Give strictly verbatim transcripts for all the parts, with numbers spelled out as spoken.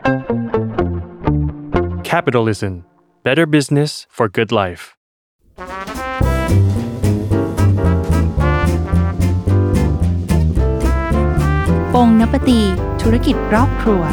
Capitalism. Better business for good life. ปงนปตีธุรกิจรอบครัว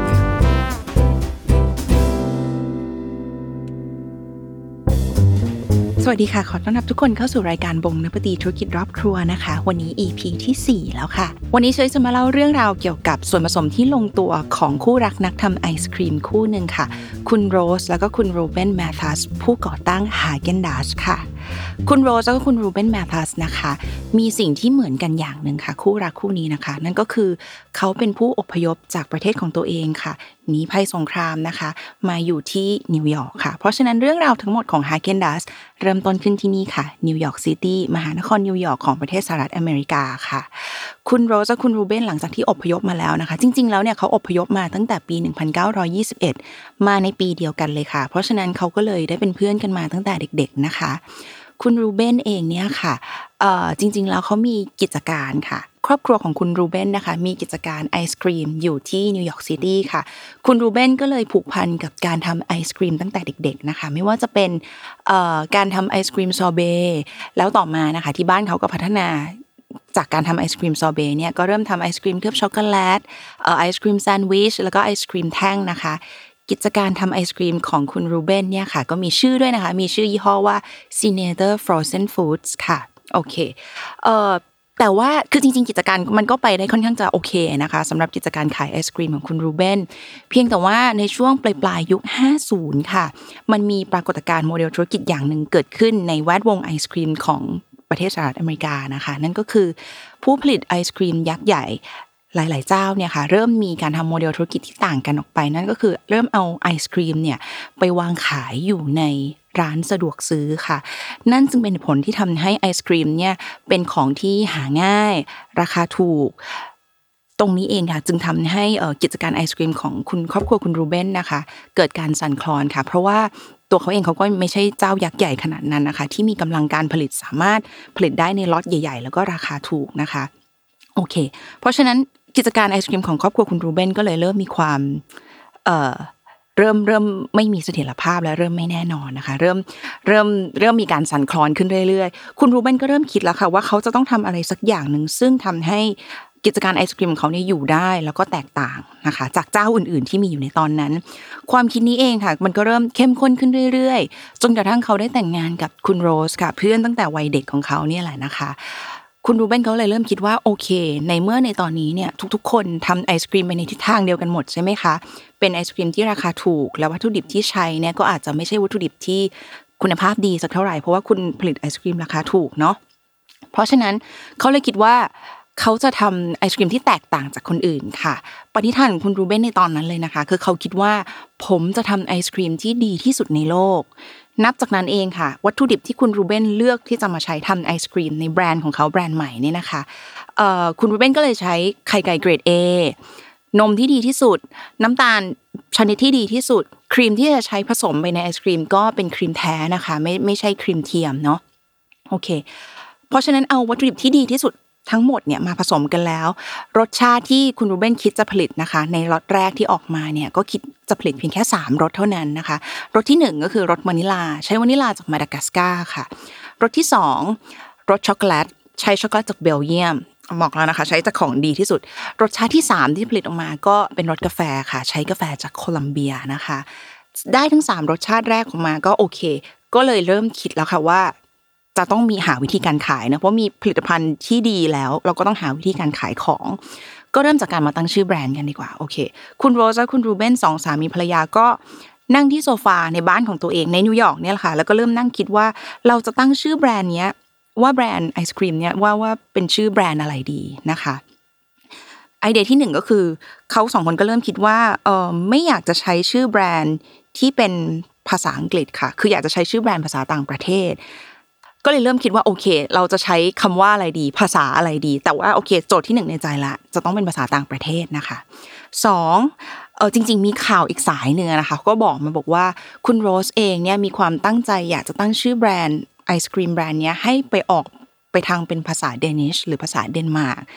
สวัสดีค่ะขอต้อนรับทุกคนเข้าสู่รายการบงนปตีธุรกิจรอบครัวนะคะวันนี้ อี พี ที่สี่แล้วค่ะวันนี้เชยจะมาเล่าเรื่องราวเกี่ยวกับส่วนผสมที่ลงตัวของคู่รักนักทำไอศครีมคู่หนึ่งค่ะคุณโรสแล้วก็คุณรูเบนแมทธัสผู้ก่อตั้ง Häagen-Dazs ค่ะคุณโรสแล้วก็คุณรูเบนแมทธัสนะคะมีสิ่งที่เหมือนกันอย่างหนึ่งค่ะคู่รักคู่นี้นะคะนั่นก็คือเขาเป็นผู้อพยพจากประเทศของตัวเองค่ะหนีภัยสงครามนะคะมาอยู่ที่นิวยอร์กค่ะเพราะฉะนั้นเรื่องราวทั้งหมดของ Häagen-Dazs เริ่มต้นขึ้นที่นี่ค่ะนิวยอร์กซิตี้มหานครนิวยอร์กของประเทศสหรัฐอเมริกาค่ะคุณโรสและคุณรูเบนหลังจากที่อพยพมาแล้วนะคะจริงๆแล้วเนี่ยเขาอพยพมาตั้งแต่ปีหนึ่งพันเก้าร้อยยี่สิบเอ็ดมาในปีเดียวกันเลยค่ะเพราะฉะนั้นเขาก็เลยได้เป็นเพื่อนกันมาตั้งแต่เด็กๆนะคะคุณรูเบนเองเนี่ยค่ะเอ่อจริงๆแล้วเขามีกิจการค่ะครอบครัวของคุณรูเบนนะคะมีกิจการไอศกรีมอยู่ที่นิวยอร์กซิตี้ค่ะคุณรูเบนก็เลยผูกพันกับการทำไอศกรีมตั้งแต่เด็กๆนะคะไม่ว่าจะเป็นเอ่อการทำไอศกรีมซอร์เบต์แล้วต่อมานะคะที่บ้านเขาก็พัฒนาจากการทำไอศกรีมซอร์เบต์เนี่ยก็เริ่มทำไอศกรีมเคลือบช็อกโกแลตเอ่อไอศกรีมแซนด์วิชแล้วก็ไอศกรีมแท่งนะคะกิจการทำไอศกรีมของคุณรูเบนเนี่ยค่ะก็มีชื่อด้วยนะคะมีชื่อยี่ห้อว่า Senator Frozen Foods ค่ะโอเคเอ่อแต่ว่าคือจริงๆกิจการมันก็ไปได้ค่อนข้างจะโอเคนะคะสำหรับกิจการขายไอศกรีมของคุณรูเบนเพียงแต่ว่าในช่วงปลายๆยุคห้าสิบค่ะมันมีปรากฏการณ์โมเดลธุรกิจอย่างหนึ่งเกิดขึ้นในแวดวงไอศกรีมของประเทศสหรัฐอเมริกานะคะนั่นก็คือผู้ผลิตไอศกรีมยักษ์ใหญ่หลายๆเจ้าเนี่ยค่ะเริ่มมีการทำโมเดลธุรกิจที่ต่างกันออกไปนั่นก็คือเริ่มเอาไอศกรีมเนี่ยไปวางขายอยู่ในร้านสะดวกซื้อค่ะนั่นจึงเป็นผลที่ทำให้ไอศกรีมเนี่ยเป็นของที่หาง่ายราคาถูกตรงนี้เองค่ะจึงทำให้กิจการไอศกรีมของคุณครอบครัวคุณรูเบนนะคะเกิดการสั่นคลอนค่ะเพราะว่าตัวเขาเองเขาก็ไม่ใช่เจ้ายักษ์ใหญ่ขนาดนั้นนะคะที่มีกำลังการผลิตสามารถผลิตได้ในล็อตใหญ่ๆแล้วก็ราคาถูกนะคะโอเคเพราะฉะนั้นกิจการไอศกรีมของครอบครัวคุณรูเบนก็เลยเริ่มมีความเอ่อเริ่มเริ่มไม่มีเสถียรภาพและเริ่มไม่แน่นอนนะคะเริ่มเริ่มเริ่มมีการสั่นคลอนขึ้นเรื่อยๆคุณรูเบนก็เริ่มคิดแล้วค่ะว่าเขาจะต้องทำอะไรสักอย่างนึงซึ่งทำให้กิจการไอศกรีมของเขาเนี่ยอยู่ได้แล้วก็แตกต่างนะคะจากเจ้าอื่นๆที่มีอยู่ในตอนนั้นความคิดนี้เองค่ะมันก็เริ่มเข้มข้นขึ้นเรื่อยๆจนกระทั่งเขาได้แต่งงานกับคุณโรสค่ะเพื่อนตั้งแต่วัยเด็กของเขาเนี่ยแหละนะคะคุณรูเบนเขาเลยเริ่มคิดว่าโอเคในเมื่อในตอนนี้เนี่ยทุกๆคนทำไอศกรีมไปในทิศทางเดียวกันหมดใช่ไหมคะเป็นไอศกรีมที่ราคาถูกและวัตถุดิบที่ใช้เนี่ยก็อาจจะไม่ใช่วัตถุดิบที่คุณภาพดีสักเท่าไหร่เพราะว่าคุณผลิตไอศกรีมราคาถูกเนาะเพราะฉะนั้นเขาเลยคิดว่าเขาจะทำไอศกรีมที่แตกต่างจากคนอื่นค่ะปณิธานของคุณรูเบนในตอนนั้นเลยนะคะคือเขาคิดว่าผมจะทำไอศกรีมที่ดีที่สุดในโลกนับจากนั้นเองค่ะวัตถุดิบที่คุณรูเบนเลือกที่จะมาใช้ทำไอศกรีมในแบรนด์ของเขาแบรนด์ใหม่เนี่ยนะคะเอ่อคุณรูเบนก็เลยใช้ไข่ไก่เกรด A นมที่ดีที่สุดน้ำตาลชนิดที่ดีที่สุดครีมที่จะใช้ผสมไปในไอศกรีมก็เป็นครีมแท้นะคะไม่ไม่ใช่ครีมเทียมเนาะโอเคเพราะฉะนั้นเอาวัตถุดิบที่ดีที่สุดทั้งหมดเนี่ยมาผสมกันแล้วรสชาติที่คุณรูเบนคิดจะผลิตนะคะในล็อตแรกที่ออกมาเนี่ยก็คิดจะผลิตเพียงแค่สามรสเท่านั้นนะคะรสที่หนึ่งก็คือรสวานิลาใช้วานิลาจากมาดากัสการ์ค่ะรสที่สองรสช็อกโกแลตใช้ช็อกโกแลตจากเบลเยียมบอกแล้วนะคะใช้จากของดีที่สุดรสชาติที่สามที่ผลิตออกมาก็เป็นรสกาแฟค่ะใช้กาแฟจากโคลัมเบียนะคะได้ทั้งสามรสชาติแรกออกมาก็โอเคก็เลยเริ่มคิดแล้วค่ะว่าจะต้องมีหาวิธีการขายนะเพราะมีผลิตภัณฑ์ที่ดีแล้วเราก็ต้องหาวิธีการขายของก็เริ่มจากการมาตั้งชื่อแบรนด์กันดีกว่าโอเคคุณโรสและคุณรูเบนสองสามีภรรยาก็นั่งที่โซฟาในบ้านของตัวเองในนิวยอร์กเนี่ยแหละค่ะแล้วก็เริ่มนั่งคิดว่าเราจะตั้งชื่อแบรนด์เนี้ยว่าแบรนด์ไอศกรีมเนี้ยว่าว่าเป็นชื่อแบรนด์อะไรดีนะคะไอเดียที่หนึ่งก็คือเขาสองคนก็เริ่มคิดว่าเออไม่อยากจะใช้ชื่อแบรนด์ที่เป็นภาษาอังกฤษค่ะคืออยากจะใช้ชื่อแบรนด์ภาษาต่างประเทศก็เลยเริ่มคิดว่าโอเคเราจะใช้คำว่าอะไรดีภาษาอะไรดีแต่ว่าโอเคโจทย์ที่หนึ่งในใจละจะต้องเป็นภาษาต่างประเทศนะคะสองเออจริงๆมีข่าวอีกสายนึงนะคะก็บอกมาบอกว่าคุณโรสเองเนี่ยมีความตั้งใจอยากจะตั้งชื่อแบรนด์ไอศกรีมแบรนด์เนี้ยให้ไปออกไปทางเป็นภาษาเดนิชหรือภาษาเดนมาร์ก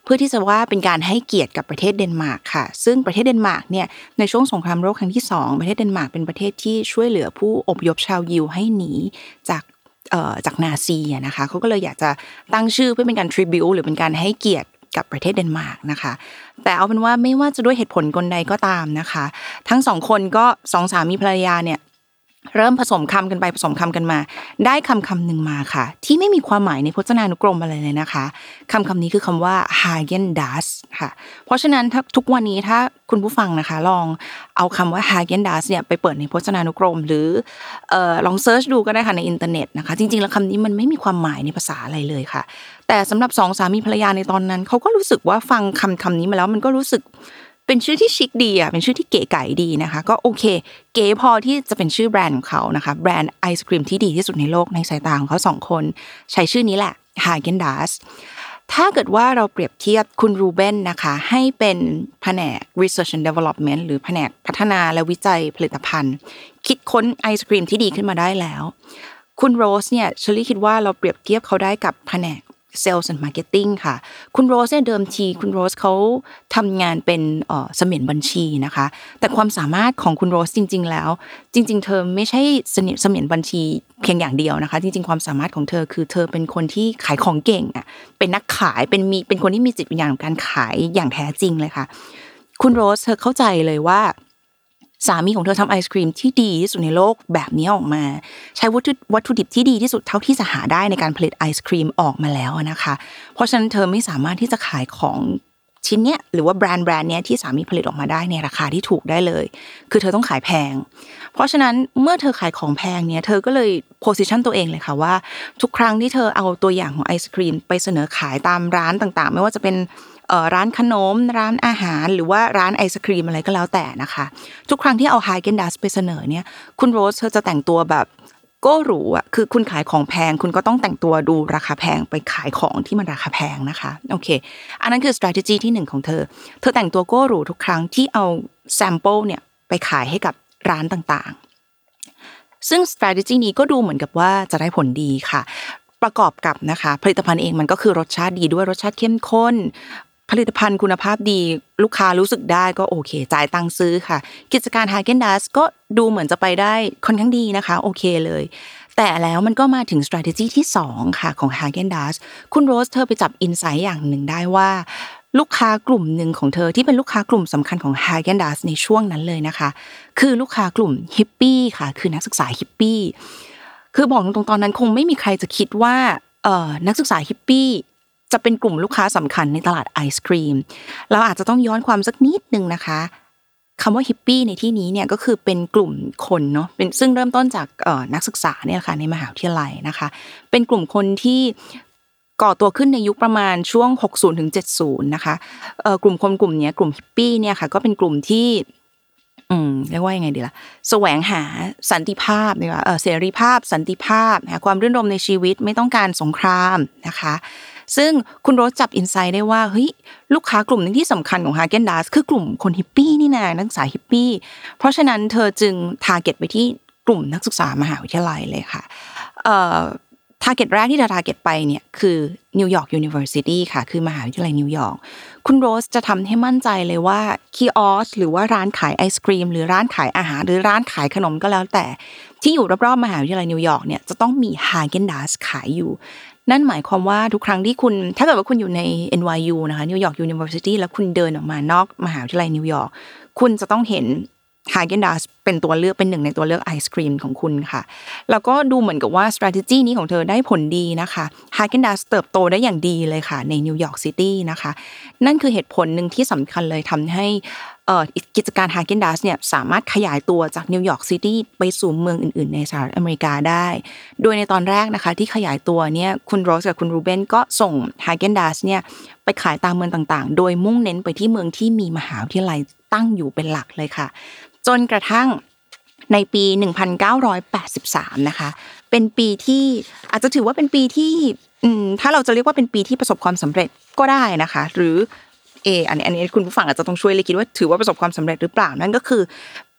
พื่อที่จะว่าเป็นการให้เกียรติกับประเทศเดนมาร์กค่ะซึ่งประเทศเดนมาร์กเนี่ยในช่วงสงครามโลกครั้งที่สองประเทศเดนมาร์กเป็นประเทศที่ช่วยเหลือผู้อพยพชาวยิวให้หนีจากเอ่อจากนาซีนะคะเขาก็เลยอยากจะตั้งชื่อเพื่อเป็นการ tribute หรือเป็นการให้เกียรติกับประเทศเดนมาร์กนะคะแต่เอาเป็นว่าไม่ว่าจะด้วยเหตุผลกลใดก็ตามนะคะทั้งสองคนก็สองสามีภรรยาเนี่ยเริ่มผสมคำกันไปผสมคำกันมาได้คำคำหนึ่งมาค่ะที่ไม่มีความหมายในพจนานุกรมอะไรเลยนะคะคำคำนี้คือคำว่า Häagen-Dazs ค่ะเพราะฉะนั้นถ้าทุกวันนี้ถ้าคุณผู้ฟังนะคะลองเอาคำว่า Häagen-Dazs เนี่ยไปเปิดในพจนานุกรมหรือเอ่อลองเซิร์ชดูก็ได้ค่ะในอินเทอร์เน็ตนะคะจริงๆแล้วคำนี้มันไม่มีความหมายในภาษาอะไรเลยค่ะแต่สำหรับสองสามีภรรยาในตอนนั้นเขาก็รู้สึกว่าฟังคำคำนี้มาแล้วมันก็รู้สึกเป็นชื่อที่ชิคดีอ่ะเป็นชื่อที่เก๋ไก๋ดีนะคะก็โอเคเก๋พอที่จะเป็นชื่อแบรนด์ของเขานะคะแบรนด์ไอศกรีมที่ดีที่สุดในโลกในสายตาของเขาสองคนใช้ชื่อนี้แหละ Häagen-Dazs ถ้าเกิดว่าเราเปรียบเทียบคุณรูเบนนะคะให้เป็นแผนก research and development หรือแผนกพัฒนาและวิจัยผลิตภัณฑ์คิดค้นไอศกรีมที่ดีขึ้นมาได้แล้วคุณโรสเนี่ยเชอรี่คิดว่าเราเปรียบเทียบเขาได้กับแผนกSales and Marketing ค่ะคุณโรสเนี่ยเดิมทีคุณโรสเขาทำงานเป็นเอ่อเสมียนบัญชีนะคะแต่ความสามารถของคุณโรสจริงๆแล้วจริงๆเธอไม่ใช่เสมียนบัญชีเพียงอย่างเดียวนะคะจริงๆความสามารถของเธอคือเธอเป็นคนที่ขายของเก่งอ่ะเป็นนักขายเป็นมีเป็นคนที่มีจิตวิญญาณของการขายอย่างแท้จริงเลยค่ะคุณโรสเธอเข้าใจเลยว่าสามีของเธอทำไอศกรีมที่ดีที่สุดในโลกแบบนี้ออกมาใช้วัตถุวัตถุดิบที่ดีที่สุดเท่าที่จะหาได้ในการผลิตไอศกรีมออกมาแล้วนะคะเพราะฉะนั้นเธอไม่สามารถที่จะขายของชิ้นเนี้ยหรือว่าแบรนด์แบรนด์เนี้ยที่สามีผลิตออกมาได้ในราคาที่ถูกได้เลยคือเธอต้องขายแพงเพราะฉะนั้นเมื่อเธอขายของแพงเนี่ยเธอก็เลยโพสิชันตัวเองเลยค่ะว่าทุกครั้งที่เธอเอาตัวอย่างของไอศกรีมไปเสนอขายตามร้านต่างๆไม่ว่าจะเป็นเอ่อร้านขนมร้านอาหารหรือว่าร้านไอศกรีมอะไรก็แล้วแต่นะคะทุกครั้งที่เอา Häagen-Dazs ไปเสนอเนี่ยคุณโรสเธอจะแต่งตัวแบบก็หรูอ่ะคือคุณขายของแพงคุณก็ต้องแต่งตัวดูราคาแพงไปขายของที่มันราคาแพงนะคะโอเคอันนั้นคือ strategy ที่หนึ่งของเธอเธอแต่งตัวก็หรูทุกครั้งที่เอา sample เนี่ยไปขายให้กับร้านต่างๆซึ่ง strategy นี้ก็ดูเหมือนกับว่าจะได้ผลดีค่ะประกอบกับนะคะผลิตภัณฑ์เองมันก็คือรสชาติดีด้วยรสชาติเข้มข้นผลิตภัณฑ์คุณภาพดีลูกค้ารู้สึกได้ก็โอเคจ่ายตังค์ซื้อค่ะกิจการ Häagen-Dazs ก็ดูเหมือนจะไปได้ค่อนข้างดีนะคะโอเคเลยแต่แล้วมันก็มาถึง strategy ที่สองค่ะของ Häagen-Dazs คุณโรสเธอไปจับ insight อย่างหนึ่งได้ว่าลูกค้ากลุ่มหนึ่งของเธอที่เป็นลูกค้ากลุ่มสำคัญของ Häagen-Dazs ในช่วงนั้นเลยนะคะคือลูกค้ากลุ่มฮิปปี้ค่ะคือนักศึกษาฮิปปี้คือบอกตรงๆตอนนั้นคงไม่มีใครจะคิดว่าเอ่อนักศึกษาฮิปปี้จะเป็นกลุ่มลูกค้าสำคัญในตลาดไอศกรีมเราอาจจะต้องย้อนความสักนิดนึงนะคะคำว่าฮิปปี้ในที่นี้เนี่ยก็คือเป็นกลุ่มคนเนาะเป็นซึ่งเริ่มต้นจากเอ่อนักศึกษาเนี่ยค่ะในมหาวิทยาลัยนะคะเป็นกลุ่มคนที่ก่อตัวขึ้นในยุคประมาณช่วงหกสิบถึงเจ็ดสิบนะคะเอ่อกลุ่มคนกลุ่มนี้กลุ่มฮิปปี้เนี่ยค่ะก็เป็นกลุ่มที่อืมเรียกว่ายังไงดีล่ะแสวงหาสันติภาพดีกว่าเอ่อเสรีภาพสันติภาพหาความรื่นรมในชีวิตไม่ต้องการสงครามนะคะซึ่งคุณโรสจับอินไซด์ได้ว่าเฮ้ยลูกค้ากลุ่มนึงที่สำคัญของ Häagen-Dazs คือกลุ่มคนฮิปปี้นี่นะนักศึกษาฮิปปี้เพราะฉะนั้นเธอจึงทาร์เก็ตไปที่กลุ่มนักศึกษามหาวิทยาลัยเลยค่ะเอ่อทาร์เก็ตแรกที่เธอทาร์เก็ตไปเนี่ยคือนิวยอร์กยูนิเวอร์ซิตี้ค่ะคือมหาวิทยาลัยนิวยอร์กคุณโรสจะทำให้มั่นใจเลยว่าคีออสหรือว่าร้านขายไอศกรีมหรือร้านขายอาหารหรือร้านขายขนมก็แล้วแต่ที่อยู่รอบๆมหาวิทยาลัยนิวยอร์กเนี่ยจะต้องมี Häagen-Dazs ขายอยู่นั่นหมายความว่าทุกครั้งที่คุณถ้าเกิดว่าคุณอยู่ใน เอ็น วาย ยู นะคะ New York University แล้วคุณเดินออกมานอกมหาวิทยาลัยนิวยอร์กคุณจะต้องเห็น Häagen-Dazs เป็นตัวเลือกเป็นหนึ่งในตัวเลือกไอศกรีมของคุณค่ะแล้วก็ดูเหมือนกับว่า strategy นี้ของเธอได้ผลดีนะคะ Häagen-Dazs เติบโตได้อย่างดีเลยค่ะในนิวยอร์กซิตี้นะคะนั่นคือเหตุผลหนึ่งที่สำคัญเลยทำให้เอ่อกิจการ Häagen-Dazs เนี่ยสามารถขยายตัวจากนิวยอร์กซิตี้ไปสู่เมืองอื่นๆในสหรัฐอเมริกาได้โดยในตอนแรกนะคะที่ขยายตัวเนี่ยคุณโรสกับคุณรูเบนก็ส่ง Häagen-Dazs เนี่ยไปขายตามเมืองต่างๆโดยมุ่งเน้นไปที่เมืองที่มีมหาวิทยาลัยตั้งอยู่เป็นหลักเลยค่ะจนกระทั่งในปีหนึ่งพันเก้าร้อยแปดสิบสามนะคะเป็นปีที่อาจจะถือว่าเป็นปีที่อืมถ้าเราจะเรียกว่าเป็นปีที่ประสบความสำเร็จก็ได้นะคะหรือเอออันนี้อันนี้คุณผู้ฟังอาจจะต้องช่วยเลยคิดว่าถือว่าประสบความสำเร็จหรือเปล่านั่นก็คือ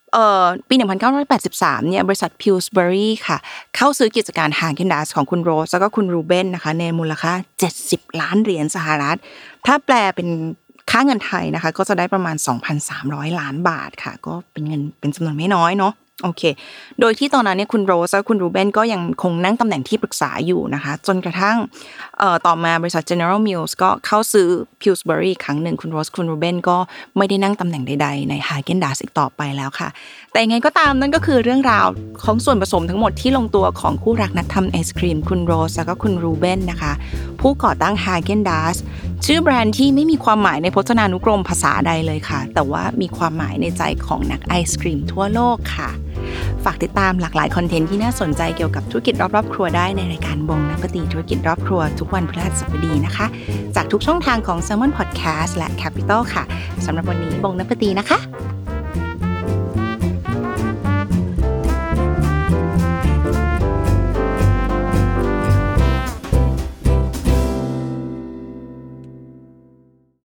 เอ่อปีหนึ่งพันเก้าร้อยแปดสิบสามเนี่ยบริษัท Pillsbury ค่ะเข้าซื้อกิจการ Häagen-Dazs ของคุณโรสแล้วก็คุณรูเบนนะคะในมูลค่าเจ็ดสิบล้านเหรียญสหรัฐถ้าแปลเป็นค่าเงินไทยนะคะก็จะได้ประมาณ สองพันสามร้อย ล้านบาทค่ะก็เป็นเงินเป็นจำนวนไม่น้อยเนาะโอเคโดยที่ตอนนั้นเนี่ยคุณโรสและคุณรูเบนก็ยังคงนั่งตำแหน่งที่ปรึกษาอยู่นะคะจนกระทั่งเอ่อต่อมาบริษัท General Mills ก็เข้าซื้อ Pillsbury อีกครั้งหนึ่งคุณโรสคุณรูเบนก็ไม่ได้นั่งตำแหน่งใดๆใน Häagen-Dazs อีกต่อไปแล้วค่ะแต่ยังไงก็ตามนั่นก็คือเรื่องราวของส่วนผสมทั้งหมดที่ลงตัวของคู่รักนักทำไอศกรีมคุณโรสแล้วก็คุณรูเบนนะคะผู้ก่อตั้ง Häagen-Dazs ชื่อแบรนด์ที่ไม่มีความหมายในพจนานุกรมภาษาใดเลยค่ะแต่ว่ามีความหมายในใจของนักไอศกรีมทั่วโลกค่ะฝากติดตามหลากหลายคอนเทนต์ที่น่าสนใจเกี่ยวกับธุรกิจรอบๆครัวได้ในรายการบงนักปฏิธุรกิจรอบครัวทุกวันพฤหัสบดีนะคะจากทุกช่องทางของ Salmon Podcast และ Capital ค่ะสำหรับวันนี้บงนักปฏินะคะ